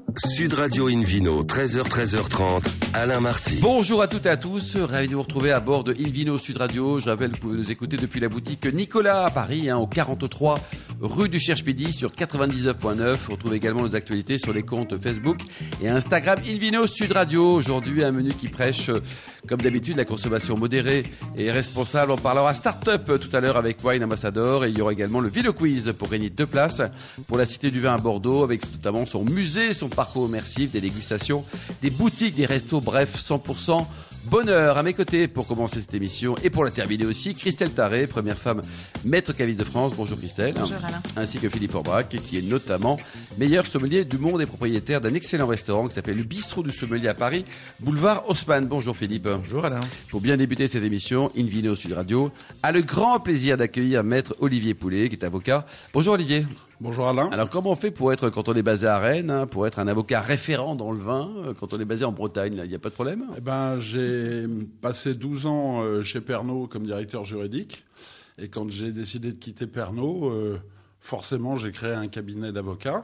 Sud Radio Invino, 13h, 13h30, Alain Marty. Bonjour à toutes et à tous, ravi de vous retrouver à bord de Invino Sud Radio. Je rappelle que vous pouvez nous écouter depuis la boutique Nicolas à Paris, au 43 rue du Cherche-Midi sur 99.9. Vous retrouvez également nos actualités sur les comptes Facebook et Instagram Invino Sud Radio. Aujourd'hui, un menu qui prêche, comme d'habitude, la consommation modérée et responsable. On parlera start-up tout à l'heure avec Wine Ambassador et il y aura également le Vino Quiz pour gagner 2 places pour la Cité du Vin à Bordeaux avec notamment son musée, son parcours immersif, des dégustations, des boutiques, des restos, bref, 100% bonheur. À mes côtés pour commencer cette émission et pour la terminer aussi, Christelle Tarré, première femme maître caviste de France. Bonjour Christelle. Bonjour Alain. Ainsi que Philippe Aubrac, qui est notamment meilleur sommelier du monde et propriétaire d'un excellent restaurant qui s'appelle le Bistrot du Sommelier à Paris, boulevard Haussmann. Bonjour Philippe. Bonjour Alain. Pour bien débuter cette émission, Invino Sud Radio a le grand plaisir d'accueillir maître Olivier Poulet, qui est avocat. Bonjour Olivier. Bonjour Alain. Alors comment on fait pour être, quand on est basé à Rennes, pour être un avocat référent dans le vin, quand on est basé en Bretagne, il n'y a pas de problème ? J'ai passé 12 ans chez Pernod comme directeur juridique. Et quand j'ai décidé de quitter Pernod, forcément j'ai créé un cabinet d'avocats.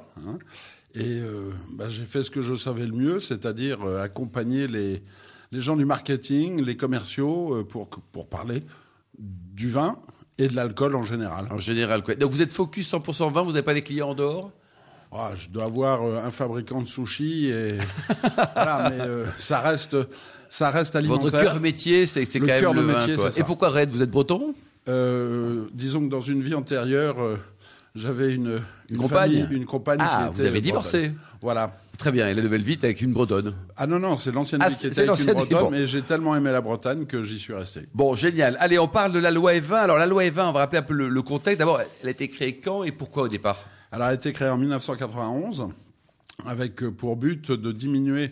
Et j'ai fait ce que je savais le mieux, c'est-à-dire accompagner les gens du marketing, les commerciaux, pour parler du vin et de l'alcool en général. En général, quoi. Donc vous êtes focus 100% vin, vous n'avez pas les clients en dehors ? Je dois avoir un fabricant de sushis et voilà, mais ça reste alimentaire. Votre cœur métier, c'est quand même le vin, métier, quoi. c'est ça. Et pourquoi Rennes ? Vous êtes breton ? Disons que dans une vie antérieure, j'avais une compagne. Famille, une compagne qui était vous avez divorcé. bretonne. Voilà. Très bien, et la nouvelle vie, t'es avec une bretonne. Ah non, c'est l'ancienne vie qui était avec une bretonne, mais j'ai tellement aimé la Bretagne que j'y suis resté. Bon, génial. Allez, on parle de la loi E20. Alors, la loi E20, on va rappeler un peu le contexte. D'abord, elle a été créée quand et pourquoi au départ ? Alors, elle a été créée en 1991 avec pour but de diminuer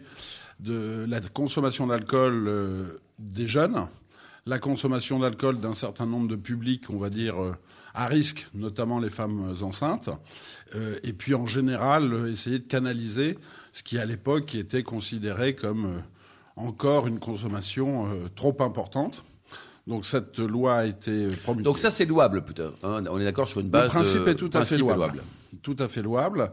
la consommation d'alcool des jeunes, la consommation d'alcool d'un certain nombre de publics, on va dire, à risque, notamment les femmes enceintes, et puis en général, essayer de canaliser ce qui, à l'époque, était considéré comme encore une consommation trop importante. Donc cette loi a été promulguée. Donc ça, c'est louable, putain. On est d'accord sur une base. Le principe est tout à fait louable. Tout à fait louable.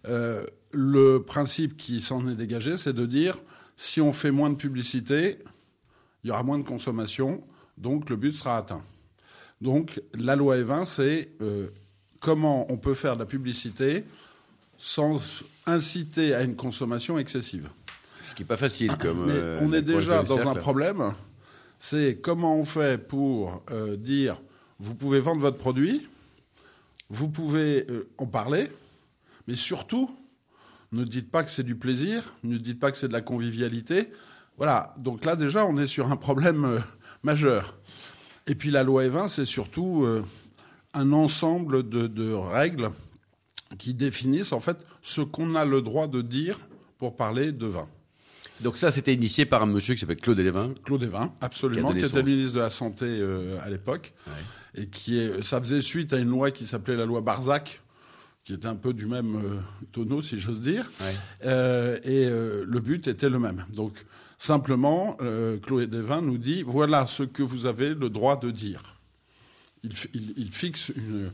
Le principe qui s'en est dégagé, c'est de dire, si on fait moins de publicité, il y aura moins de consommation, donc le but sera atteint. Donc la loi E20, c'est comment on peut faire de la publicité sans inciter à une consommation excessive. Ce qui n'est pas facile. Mais on est déjà dans un problème, c'est comment on fait pour dire, vous pouvez vendre votre produit, vous pouvez en parler, mais surtout, ne dites pas que c'est du plaisir, ne dites pas que c'est de la convivialité. Voilà, donc là déjà on est sur un problème majeur. Et puis la loi E20, c'est surtout un ensemble de règles qui définissent en fait ce qu'on a le droit de dire pour parler de vin. Donc ça, c'était initié par un monsieur qui s'appelle Claude Évin. Claude Évin, absolument, qui était ministre de la Santé à l'époque. Ouais. Et ça faisait suite à une loi qui s'appelait la loi Barzac, qui était un peu du même tonneau, si j'ose dire. Ouais. Le but était le même. Donc, simplement, Claude Évin nous dit, voilà ce que vous avez le droit de dire. Il fixe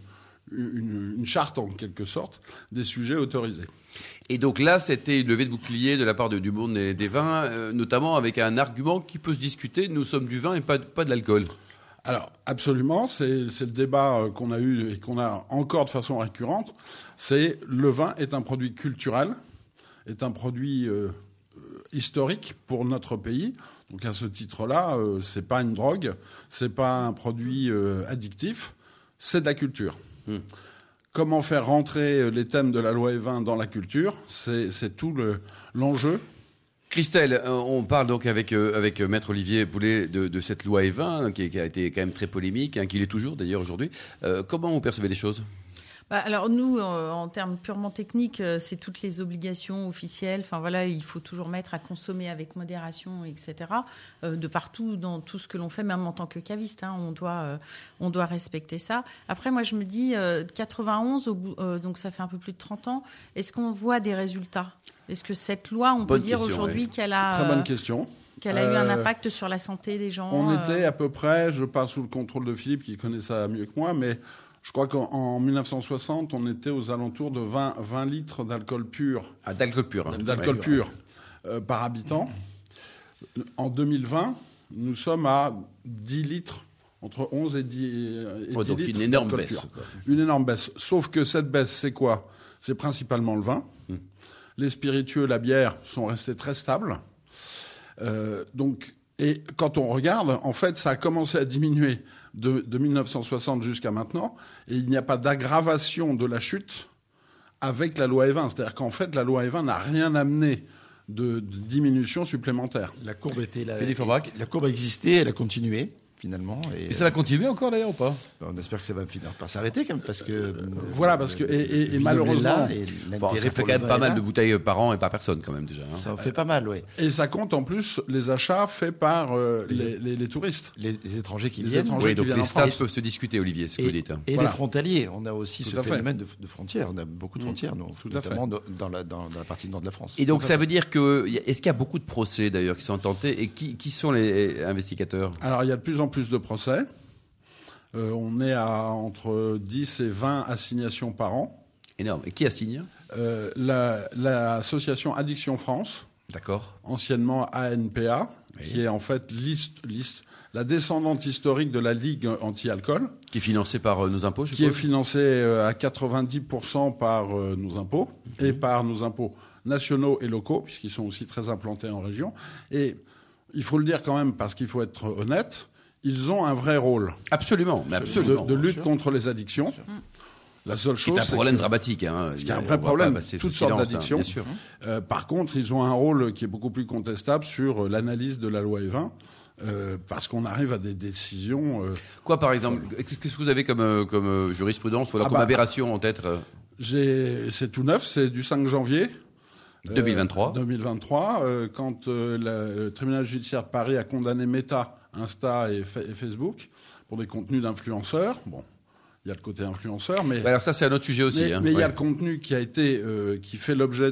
une charte, en quelque sorte, des sujets autorisés. Et donc là, c'était une levée de bouclier de la part du monde des vins, notamment avec un argument qui peut se discuter, nous sommes du vin et pas de l'alcool. Alors, absolument, c'est le débat qu'on a eu et qu'on a encore de façon récurrente. C'est le vin est un produit culturel, est un produit historique pour notre pays. Donc à ce titre-là, c'est pas une drogue, c'est pas un produit addictif, c'est de la culture. Comment faire rentrer les thèmes de la loi E20 dans la culture, c'est tout l'enjeu. Christelle, on parle donc avec Maître Olivier Poulet de cette loi E20 qui a été quand même très polémique, qui l'est toujours d'ailleurs aujourd'hui. Comment vous percevez les choses ? Alors nous, en termes purement techniques, c'est toutes les obligations officielles. Enfin voilà, il faut toujours mettre à consommer avec modération, etc. De partout, dans tout ce que l'on fait, même en tant que caviste, on doit respecter ça. Après, moi, je me dis, 91, donc ça fait un peu plus de 30 ans, est-ce qu'on voit des résultats ? Est-ce que cette loi, on peut dire aujourd'hui qu'elle a... Très bonne question. Qu'elle a eu un impact sur la santé des gens. On était à peu près, je parle sous le contrôle de Philippe qui connaît ça mieux que moi, mais Je crois qu'en 1960, on était aux alentours de 20 litres d'alcool pur. Ah, d'alcool pur. Hein. D'alcool pur par habitant. En 2020, nous sommes à 10 litres, entre 11 et 10 donc litres. Une énorme baisse. Une énorme baisse. Sauf que cette baisse, c'est quoi ? C'est principalement le vin. Les spiritueux, la bière, sont restés très stables. Et quand on regarde, en fait, ça a commencé à diminuer de 1960 jusqu'à maintenant, et il n'y a pas d'aggravation de la chute avec la loi E20. C'est-à-dire qu'en fait, la loi E20 n'a rien amené de diminution supplémentaire. La courbe a existé, elle a continué. Finalement, et ça va continuer encore d'ailleurs ou pas ? On espère que ça va finir par s'arrêter quand même parce que et malheureusement ça fait quand même pas mal de bouteilles par an et par personne quand même déjà. Hein. Ça en fait pas mal, oui. Et ça compte en plus les achats faits par les touristes, les étrangers qui viennent. Oui, donc les stades peuvent se discuter, Olivier, c'est ce que vous dites. Et les frontaliers, on a aussi ce phénomène de frontières. On a beaucoup de frontières, notamment dans la partie nord de la France. Et donc ça veut dire que est-ce qu'il y a beaucoup de procès d'ailleurs qui sont tentés et qui sont les investigateurs ? Alors il y a de plus en plus de procès. On est à entre 10 et 20 assignations par an. Énorme. Et qui assigne ? L'association Addiction France. D'accord. Anciennement ANPA, qui est en fait la descendante historique de la Ligue anti-alcool. Qui est financée par nos impôts, je suppose. Qui est financée à 90% par nos impôts et par nos impôts nationaux et locaux, puisqu'ils sont aussi très implantés en région. Et il faut le dire quand même, parce qu'il faut être honnête, ils ont un vrai rôle. Absolument, de lutte contre les addictions. La seule chose, c'est un problème dramatique. Hein. Il y a un vrai problème, toutes sortes d'addictions. Par contre, ils ont un rôle qui est beaucoup plus contestable sur l'analyse de la loi E20, parce qu'on arrive à des décisions... Quoi, par exemple ? Qu'est-ce que vous avez comme jurisprudence ou alors comme aberration en tête ? C'est tout neuf, c'est du 5 janvier 2023. 2023, quand le tribunal judiciaire de Paris a condamné Meta, Insta et Facebook pour des contenus d'influenceurs. Bon, il y a le côté influenceur, mais... alors ça, c'est un autre sujet aussi. Mais il y a le contenu qui a été... qui fait l'objet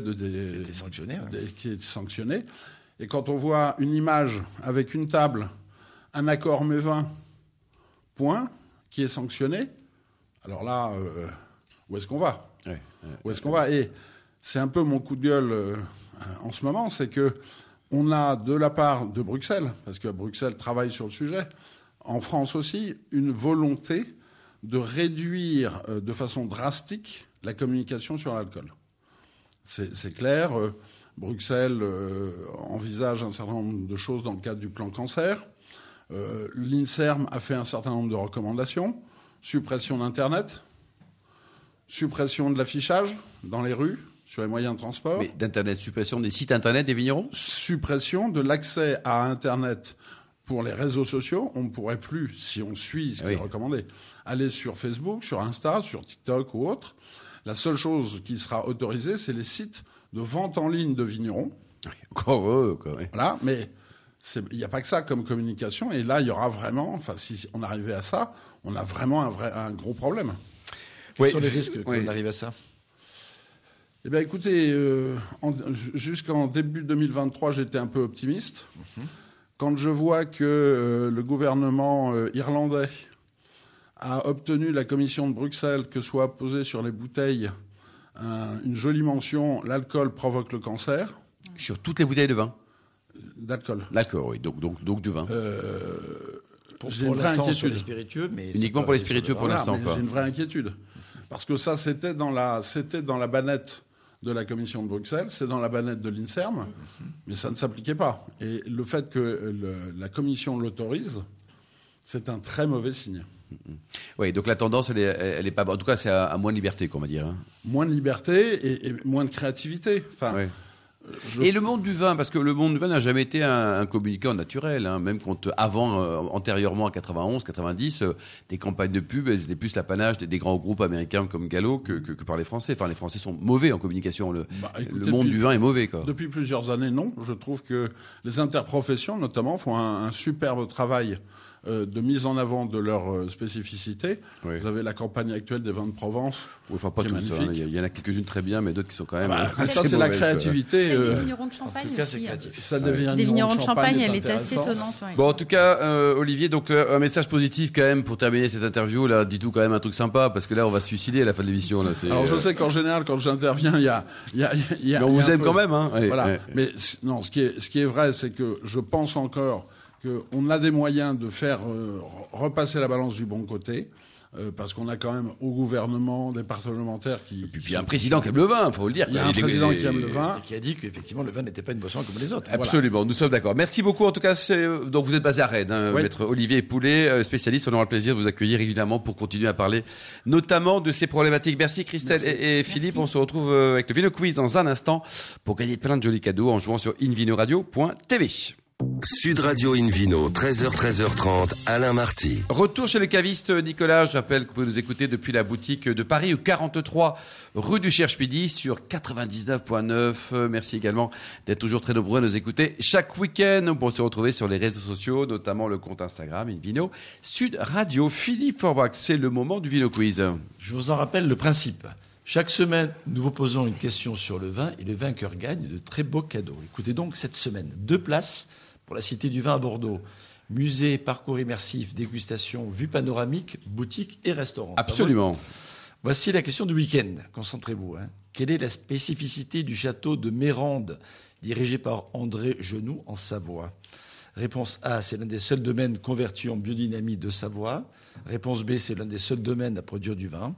qui est sanctionné. Et quand on voit une image avec une table, un accord MEVin, point, qui est sanctionné, alors là, où est-ce qu'on va ? Où est-ce qu'on va ? Et c'est un peu mon coup de gueule en ce moment, c'est que on a de la part de Bruxelles, parce que Bruxelles travaille sur le sujet, en France aussi, une volonté de réduire de façon drastique la communication sur l'alcool. C'est clair, Bruxelles envisage un certain nombre de choses dans le cadre du plan cancer. L'INSERM a fait un certain nombre de recommandations. Suppression d'Internet, suppression de l'affichage dans les rues, sur les moyens de transport. Mais d'Internet, suppression des sites Internet des vignerons ? Suppression de l'accès à Internet pour les réseaux sociaux. On ne pourrait plus, si on suit ce qui est recommandé, aller sur Facebook, sur Insta, sur TikTok ou autre. La seule chose qui sera autorisée, c'est les sites de vente en ligne de vignerons. Encore eux, quoi. Voilà, mais il n'y a pas que ça comme communication. Et là, il y aura vraiment, enfin, si on arrivait à ça, on a vraiment un gros problème. Quels sont les risques qu'on arrive à ça ? Eh bien, écoutez, jusqu'en début 2023, j'étais un peu optimiste. Quand je vois que le gouvernement irlandais a obtenu de la Commission de Bruxelles que soit posée sur les bouteilles une jolie mention « L'alcool provoque le cancer ». Sur toutes les bouteilles de vin ? D'alcool. L'alcool, oui, donc du vin. J'ai une vraie inquiétude. Les spiritueux, mais uniquement pour les spiritueux pour l'instant. J'ai une vraie inquiétude. Parce que ça, c'était dans la banette de la Commission de Bruxelles, c'est dans la banette de l'INSERM, mais ça ne s'appliquait pas. Et le fait que la Commission l'autorise, c'est un très mauvais signe. Oui, donc la tendance, elle est pas... En tout cas, c'est à moins de liberté, qu'on va dire. Moins de liberté et moins de créativité. Enfin, Et le monde du vin, parce que le monde du vin n'a jamais été un communicant naturel, hein, même quand antérieurement à 91, 90, des campagnes de pub, elles étaient plus l'apanage des grands groupes américains comme Gallo que par les Français. Enfin, les Français sont mauvais en communication. Le monde du vin est mauvais, quoi. Depuis plusieurs années, non. Je trouve que les interprofessions, notamment, font un superbe travail de mise en avant de leurs spécificités. Oui. Vous avez la campagne actuelle des vins de Provence. Oui, enfin, pas tous, hein. Il y en a quelques-unes très bien, mais d'autres qui sont quand même. Ça, c'est la créativité. Celle des vignerons de Champagne. En tout cas, c'est créatif. Celle des vignerons de Champagne, elle est assez étonnante. Ouais. Bon, en tout cas, Olivier, donc un message positif quand même pour terminer cette interview. Là, dis-nous quand même un truc sympa, parce que là, on va se suicider à la fin de l'émission. Là, alors, je sais qu'en général, quand j'interviens, il y a. Mais on vous aime quand même, hein. Voilà. Mais non, ce qui est vrai, c'est que je pense encore qu'on a des moyens de faire repasser la balance du bon côté. Parce qu'on a quand même au gouvernement des parlementaires qui... Et puis un président qui aime le vin, il faut le dire. Il y a un président qui aime le vin. Et qui a dit qu'effectivement le vin n'était pas une boisson comme les autres. Absolument, voilà. Nous sommes d'accord. Merci beaucoup en tout cas. Donc vous êtes basé à Rennes, hein, oui. Maître Olivier Poulet, spécialiste. On aura le plaisir de vous accueillir régulièrement pour continuer à parler notamment de ces problématiques. Merci Christelle et Philippe. Merci. On se retrouve avec le Vino Quiz dans un instant pour gagner plein de jolis cadeaux en jouant sur invinoradio.tv. Sud Radio Invino, 13h-13h30, Alain Marty. Retour chez le caviste Nicolas. Je rappelle que vous pouvez nous écouter depuis la boutique de Paris, au 43 rue du Cherche-Midi, sur 99.9. Merci également d'être toujours très nombreux à nous écouter chaque week-end. Pour se retrouver sur les réseaux sociaux, notamment le compte Instagram Invino Sud Radio. Philippe Forbach, c'est le moment du Vino Quiz. Je vous en rappelle le principe. Chaque semaine, nous vous posons une question sur le vin et le vainqueur gagne de très beaux cadeaux. Écoutez donc cette semaine, 2 places pour la Cité du Vin à Bordeaux. Musée, parcours immersif, dégustation, vue panoramique, boutique et restaurant. Absolument. Voici la question du week-end. Concentrez-vous. Quelle est la spécificité du château de Mérande, dirigé par André Genoux en Savoie ? Réponse A, c'est l'un des seuls domaines convertis en biodynamie de Savoie. Réponse B, c'est l'un des seuls domaines à produire du vin.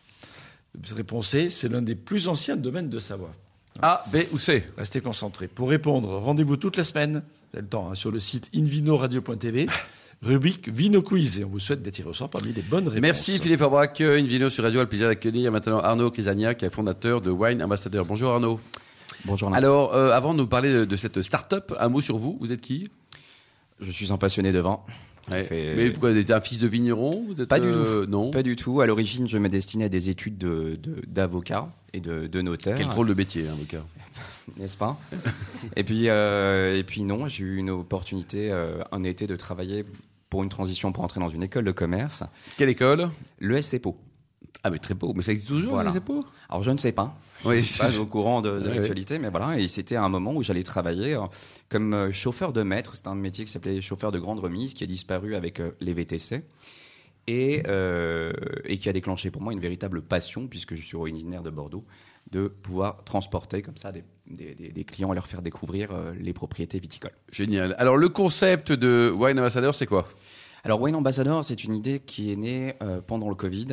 Réponse C, c'est l'un des plus anciens domaines de Savoie. A, B ou C. Restez concentrés. Pour répondre, rendez-vous toute la semaine, vous avez le temps, sur le site invinoradio.tv, rubrique Vino Quiz. Et on vous souhaite d'être tiré au sort parmi les bonnes réponses. Merci Philippe Forbach. Invino sur Radio a le plaisir d'accueillir maintenant Arnaud Crisagnac, qui est fondateur de Wine Ambassador. Bonjour Arnaud. Bonjour Arnaud. Alors, avant de nous parler de cette start-up, un mot sur vous. Vous êtes qui ? Je suis un passionné de vin. Ouais. Mais pourquoi, vous êtes un fils de vigneron ? Vous êtes, pas du tout. Non. Pas du tout. À l'origine, je me destinais à des études d'avocat et de notaire. Quel drôle de métier, avocat. N'est-ce pas ? et puis non, j'ai eu une opportunité un été de travailler pour une transition pour entrer dans une école de commerce. Quelle école ? L'ESCPO. Ah mais très beau, mais ça existe toujours, voilà. l'ESCPO ? Alors je ne sais pas. Oui, je suis pas au courant de l'actualité, mais voilà. Et c'était un moment où j'allais travailler comme chauffeur de maître. C'est un métier qui s'appelait chauffeur de grande remise, qui a disparu avec les VTC. Et qui a déclenché pour moi une véritable passion, puisque je suis originaire de Bordeaux, de pouvoir transporter comme ça des clients et leur faire découvrir les propriétés viticoles. Génial. Alors le concept de Wine Ambassador, c'est quoi ? Alors Wine Ambassador, c'est une idée qui est née pendant le Covid.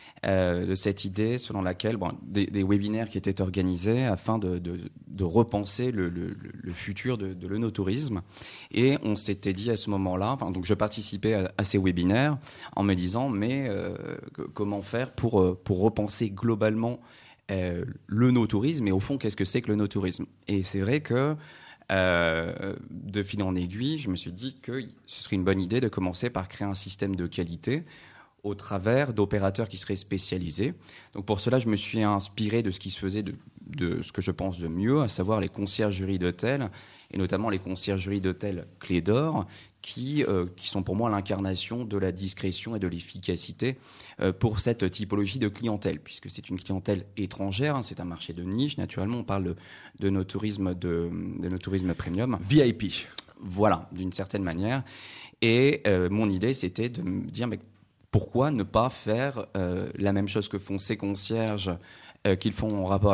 De cette idée selon laquelle des webinaires qui étaient organisés afin de repenser le futur de l'œnotourisme. Et on s'était dit à ce moment-là, donc je participais à ces webinaires en me disant mais comment faire pour repenser globalement l'œnotourisme et au fond qu'est-ce que c'est que l'œnotourisme ? Et c'est vrai que de fil en aiguille, je me suis dit que ce serait une bonne idée de commencer par créer un système de qualité au travers d'opérateurs qui seraient spécialisés. Donc pour cela, je me suis inspiré de ce qui se faisait de ce que je pense de mieux, à savoir les conciergeries d'hôtels, et notamment les conciergeries d'hôtels Clé d'Or, qui sont pour moi l'incarnation de la discrétion et de l'efficacité pour cette typologie de clientèle, puisque c'est une clientèle étrangère, c'est un marché de niche, naturellement, on parle de nos tourismes premium. VIP. Voilà, d'une certaine manière. Et mon idée, c'était de me dire... pourquoi ne pas faire la même chose que font ces concierges qu'ils font en rapport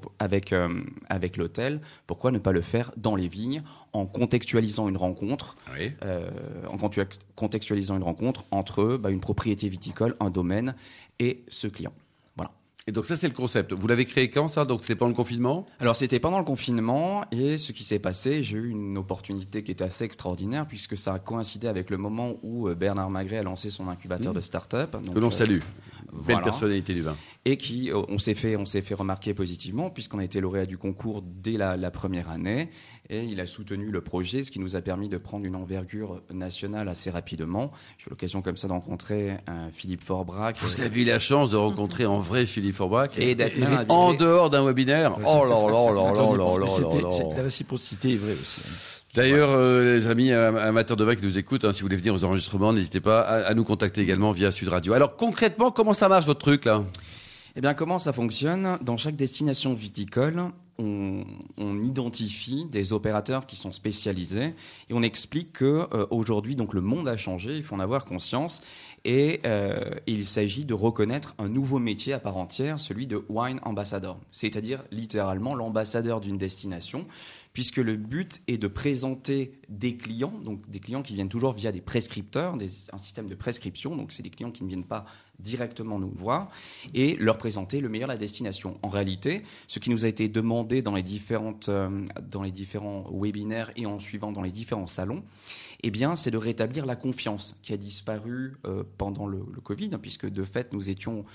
avec l'hôtel ? Pourquoi ne pas le faire dans les vignes en contextualisant une rencontre, oui. Contextualisant une rencontre entre une propriété viticole, un domaine et ce client. Voilà. Et donc ça, c'est le concept. Vous l'avez créé quand, ça ? Donc c'était pendant le confinement ? Alors c'était pendant le confinement, et ce qui s'est passé, j'ai eu une opportunité qui était assez extraordinaire, puisque ça a coïncidé avec le moment où Bernard Magret a lancé son incubateur de start-up. Donc, que l'on salue. Voilà. Belle personnalité du vin. Et qui, on s'est fait remarquer positivement, puisqu'on a été lauréat du concours dès la première année, et il a soutenu le projet, ce qui nous a permis de prendre une envergure nationale assez rapidement. J'ai eu l'occasion comme ça de rencontrer Philippe Forbach. Vous avez eu la chance de rencontrer en vrai Philippe Forbach et d'être en dehors d'un webinaire. Oh là là là là là là là là. La réciprocité est vraie aussi. D'ailleurs, les amis amateurs de vin qui nous écoutent, si vous voulez venir aux enregistrements, n'hésitez pas à nous contacter également via Sud Radio. Alors concrètement, comment ça marche votre truc là ? Eh bien, comment ça fonctionne ? Dans chaque destination viticole, on identifie des opérateurs qui sont spécialisés et on explique que aujourd'hui, donc le monde a changé, il faut en avoir conscience et il s'agit de reconnaître un nouveau métier à part entière, celui de wine ambassador, c'est-à-dire littéralement l'ambassadeur d'une destination, puisque le but est de présenter des clients, donc des clients qui viennent toujours via des prescripteurs, un système de prescription, donc c'est des clients qui ne viennent pas directement nous voir, et leur présenter le meilleur de la destination. En réalité, ce qui nous a été demandé dans les différents webinaires et en suivant dans les différents salons, eh bien, c'est de rétablir la confiance qui a disparu pendant le Covid, puisque de fait, nous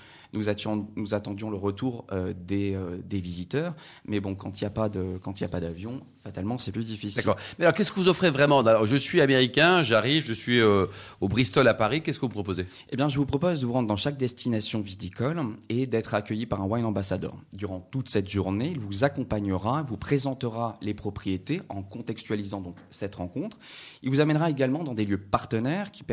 attendions le retour des visiteurs. Mais bon, quand il n'y a pas d'avion, fatalement, c'est plus difficile. D'accord. Mais alors, qu'est-ce que vous offrez vraiment ? Alors, je suis américain, j'arrive, je suis au Bristol à Paris. Qu'est-ce que vous proposez ? Eh bien, je vous propose de vous rendre dans chaque destination viticole et d'être accueilli par un wine ambassador. Durant toute cette journée, il vous accompagnera, vous présentera les propriétés en contextualisant donc cette rencontre. Il vous amènera également dans des lieux partenaires qui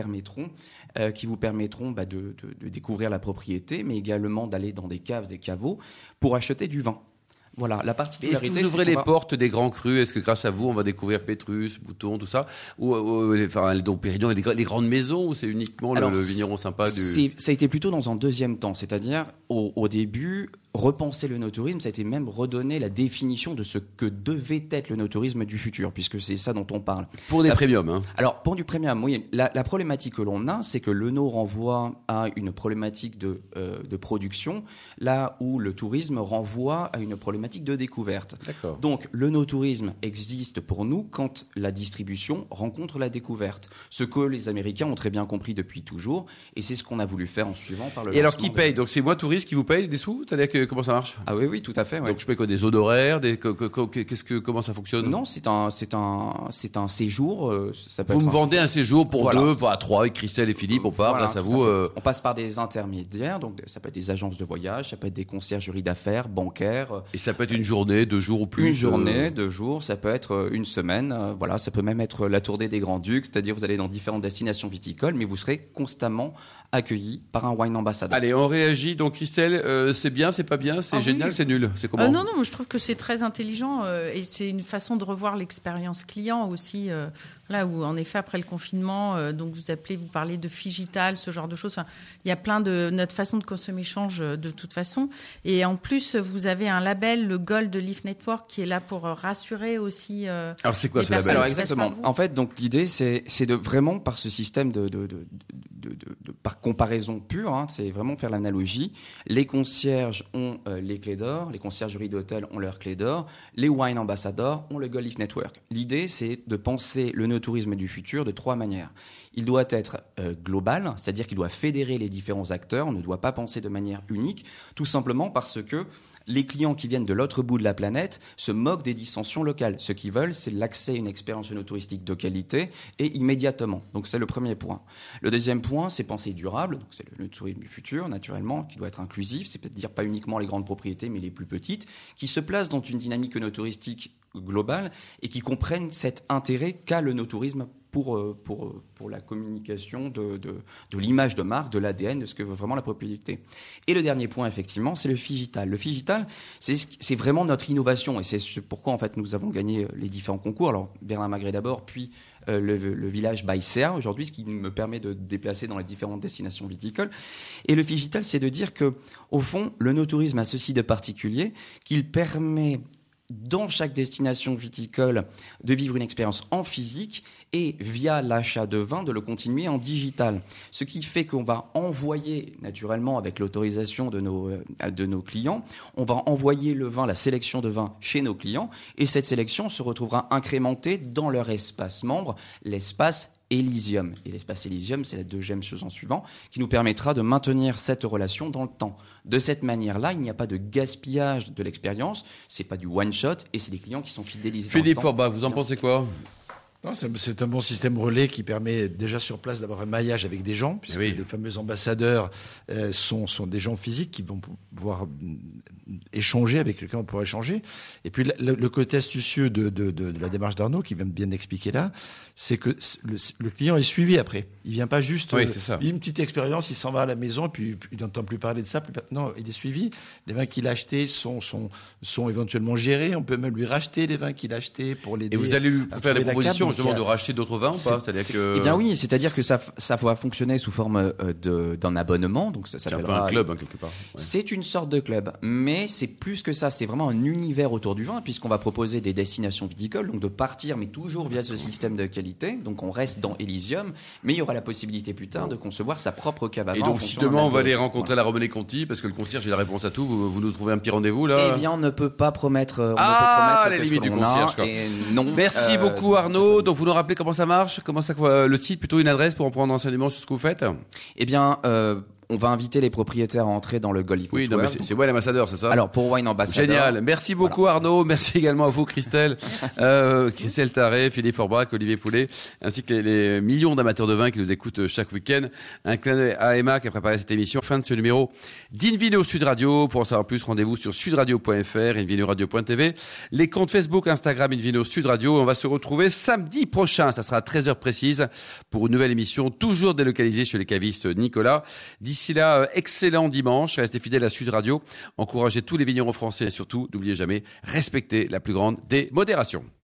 vous permettront de découvrir la propriété, mais également d'aller dans des caves et caveaux pour acheter du vin. Voilà, la particularité. Est-ce que vous ouvrez les portes des grands crus ? Est-ce que grâce à vous, on va découvrir Pétrus, Bouton, tout ça ? Ou donc Pérignon et les grandes maisons, ou c'est uniquement le vigneron sympa du... Ça a été plutôt dans un deuxième temps, c'est-à-dire au début, repenser le no-tourisme, ça a été même redonner la définition de ce que devait être le no-tourisme du futur, puisque c'est ça dont on parle. Pour des premiums, hein. Alors, pour du premium, oui. La problématique que l'on a, c'est que le no renvoie à une problématique de production, là où le tourisme renvoie à une problématique de découverte. D'accord. Donc, le no-tourisme existe pour nous quand la distribution rencontre la découverte. Ce que les Américains ont très bien compris depuis toujours, et c'est ce qu'on a voulu faire en suivant par le Et alors, qui paye ? Donc, c'est moi, touriste, qui vous paye des sous ? C'est-à-dire que comment ça marche ? Ah oui, tout à fait. Ouais. Donc, je paye quoi ? Des honoraires ? Comment ça fonctionne ? Non, c'est un séjour. Ça peut vous être me vendez un séjour pour voilà. 2, à 3, avec Christelle et Philippe, on part, Voilà, grâce à vous. On passe par des intermédiaires, donc ça peut être des agences de voyage, ça peut être des conciergeries d'affaires, bancaires. Et ça peut être une journée, 2 jours ou plus. Une journée, 2 jours, ça peut être une semaine. Voilà, ça peut même être la tournée des Grands-Ducs, c'est-à-dire vous allez dans différentes destinations viticoles, mais vous serez constamment accueilli par un wine ambassador. Allez, on réagit. Donc Christelle, c'est bien, c'est pas bien, c'est génial, oui. C'est nul. C'est comment ? Non, moi je trouve que c'est très intelligent et c'est une façon de revoir l'expérience client aussi. Là où, en effet, après le confinement, donc vous parlez de Figital, ce genre de choses. Enfin, il y a plein de... Notre façon de consommer change de toute façon. Et en plus, vous avez un label, le Gold de Leaf Network, qui est là pour rassurer aussi... Alors, c'est quoi ce label ? Alors, exactement. En fait, donc, l'idée, c'est de vraiment, par ce système par comparaison pure, hein, c'est vraiment faire l'analogie. Les concierges ont les clés d'or, les conciergeries d'hôtel ont leurs clés d'or, les wine ambassadors ont le Gold Leaf Network. L'idée, c'est de penser le tourisme du futur de 3 manières. Il doit être global, c'est-à-dire qu'il doit fédérer les différents acteurs, on ne doit pas penser de manière unique, tout simplement parce que les clients qui viennent de l'autre bout de la planète se moquent des dissensions locales. Ce qu'ils veulent, c'est l'accès à une expérience touristique de qualité et immédiatement. Donc c'est le premier point. Le deuxième point, c'est penser durable. Donc c'est le tourisme du futur, naturellement, qui doit être inclusif. C'est peut-être dire pas uniquement les grandes propriétés, mais les plus petites, qui se placent dans une dynamique touristique globale et qui comprennent cet intérêt qu'a le no-tourisme pour la communication de l'image de marque, de l'ADN, de ce que veut vraiment la propriété. Et le dernier point, effectivement, c'est le Figital. Le Figital, c'est vraiment notre innovation et c'est pourquoi en fait nous avons gagné les différents concours. Alors Berlin-Magret d'abord, puis le village Baïséa aujourd'hui, ce qui me permet de déplacer dans les différentes destinations viticoles. Et le Figital, c'est de dire que au fond, le no-tourisme a ceci de particulier qu'il permet dans chaque destination viticole de vivre une expérience en physique et via l'achat de vin de le continuer en digital. Ce qui fait qu'on va envoyer naturellement avec l'autorisation de nos clients, on va envoyer le vin, la sélection de vin chez nos clients et cette sélection se retrouvera incrémentée dans leur espace membre, l'espace Elysium. Et l'espace Elysium, c'est la deuxième chose en suivant, qui nous permettra de maintenir cette relation dans le temps. De cette manière-là, il n'y a pas de gaspillage de l'expérience, c'est pas du one-shot, et c'est des clients qui sont fidélisés. Philippe Forbach, vous en pensez quoi ? Non, c'est un bon système relais qui permet déjà sur place d'avoir un maillage avec des gens, puisque les fameux ambassadeurs sont des gens physiques qui vont pouvoir échanger avec lesquels on pourra échanger. Et puis le côté astucieux de la démarche d'Arnaud, qui vient de bien expliquer là, c'est que le client est suivi après. Il vient pas juste une petite expérience, il s'en va à la maison et puis il n'entend plus parler de ça. Non, il est suivi. Les vins qu'il a achetés sont éventuellement gérés. On peut même lui racheter les vins qu'il a achetés pour l'aider. Et vous allez lui faire des propositions justement de racheter d'autres vins ou pas? Eh bien oui, c'est-à-dire que ça va fonctionner sous forme d'un abonnement. Donc ça s'appellera. C'est un peu un club quelque part. Ouais. C'est une sorte de club, mais c'est plus que ça. C'est vraiment un univers autour du vin, puisqu'on va proposer des destinations viticoles, donc de partir, mais toujours via ce système de qualité. Donc on reste dans Elysium, mais il y aura la possibilité plus tard de concevoir sa propre cave à vin. Et donc si demain on va aller rencontrer la Romanée Conti, parce que le concierge j'ai la réponse à tout, vous nous trouvez un petit rendez-vous là? Eh bien on ne peut pas promettre. Les limites du concierge. Non. Merci beaucoup Arnaud. Donc vous nous rappelez comment ça marche, le site, plutôt une adresse pour en prendre renseignement sur ce que vous faites? Eh bien. On va inviter les propriétaires à entrer dans le Golf. Oui, non, mais c'est Wine Ambassadeur, c'est ça? Alors, pour Wine Ambassadeur. Génial. Merci beaucoup, Arnaud. Merci également à vous, Christelle. Christelle Taré, Philippe Forbrac, Olivier Poulet, ainsi que les millions d'amateurs de vin qui nous écoutent chaque week-end. Un clin d'œil à Emma qui a préparé cette émission. Fin de ce numéro d'Invino Sud Radio. Pour en savoir plus, rendez-vous sur sudradio.fr, invinoradio.tv, les comptes Facebook, Instagram, Invino Sud Radio. On va se retrouver samedi prochain. Ça sera à 13h précise pour une nouvelle émission, toujours délocalisée chez les cavistes Nicolas. D'ici là, excellent dimanche. Restez fidèles à Sud Radio. Encouragez tous les vignerons français et surtout, n'oubliez jamais, respectez la plus grande des modérations.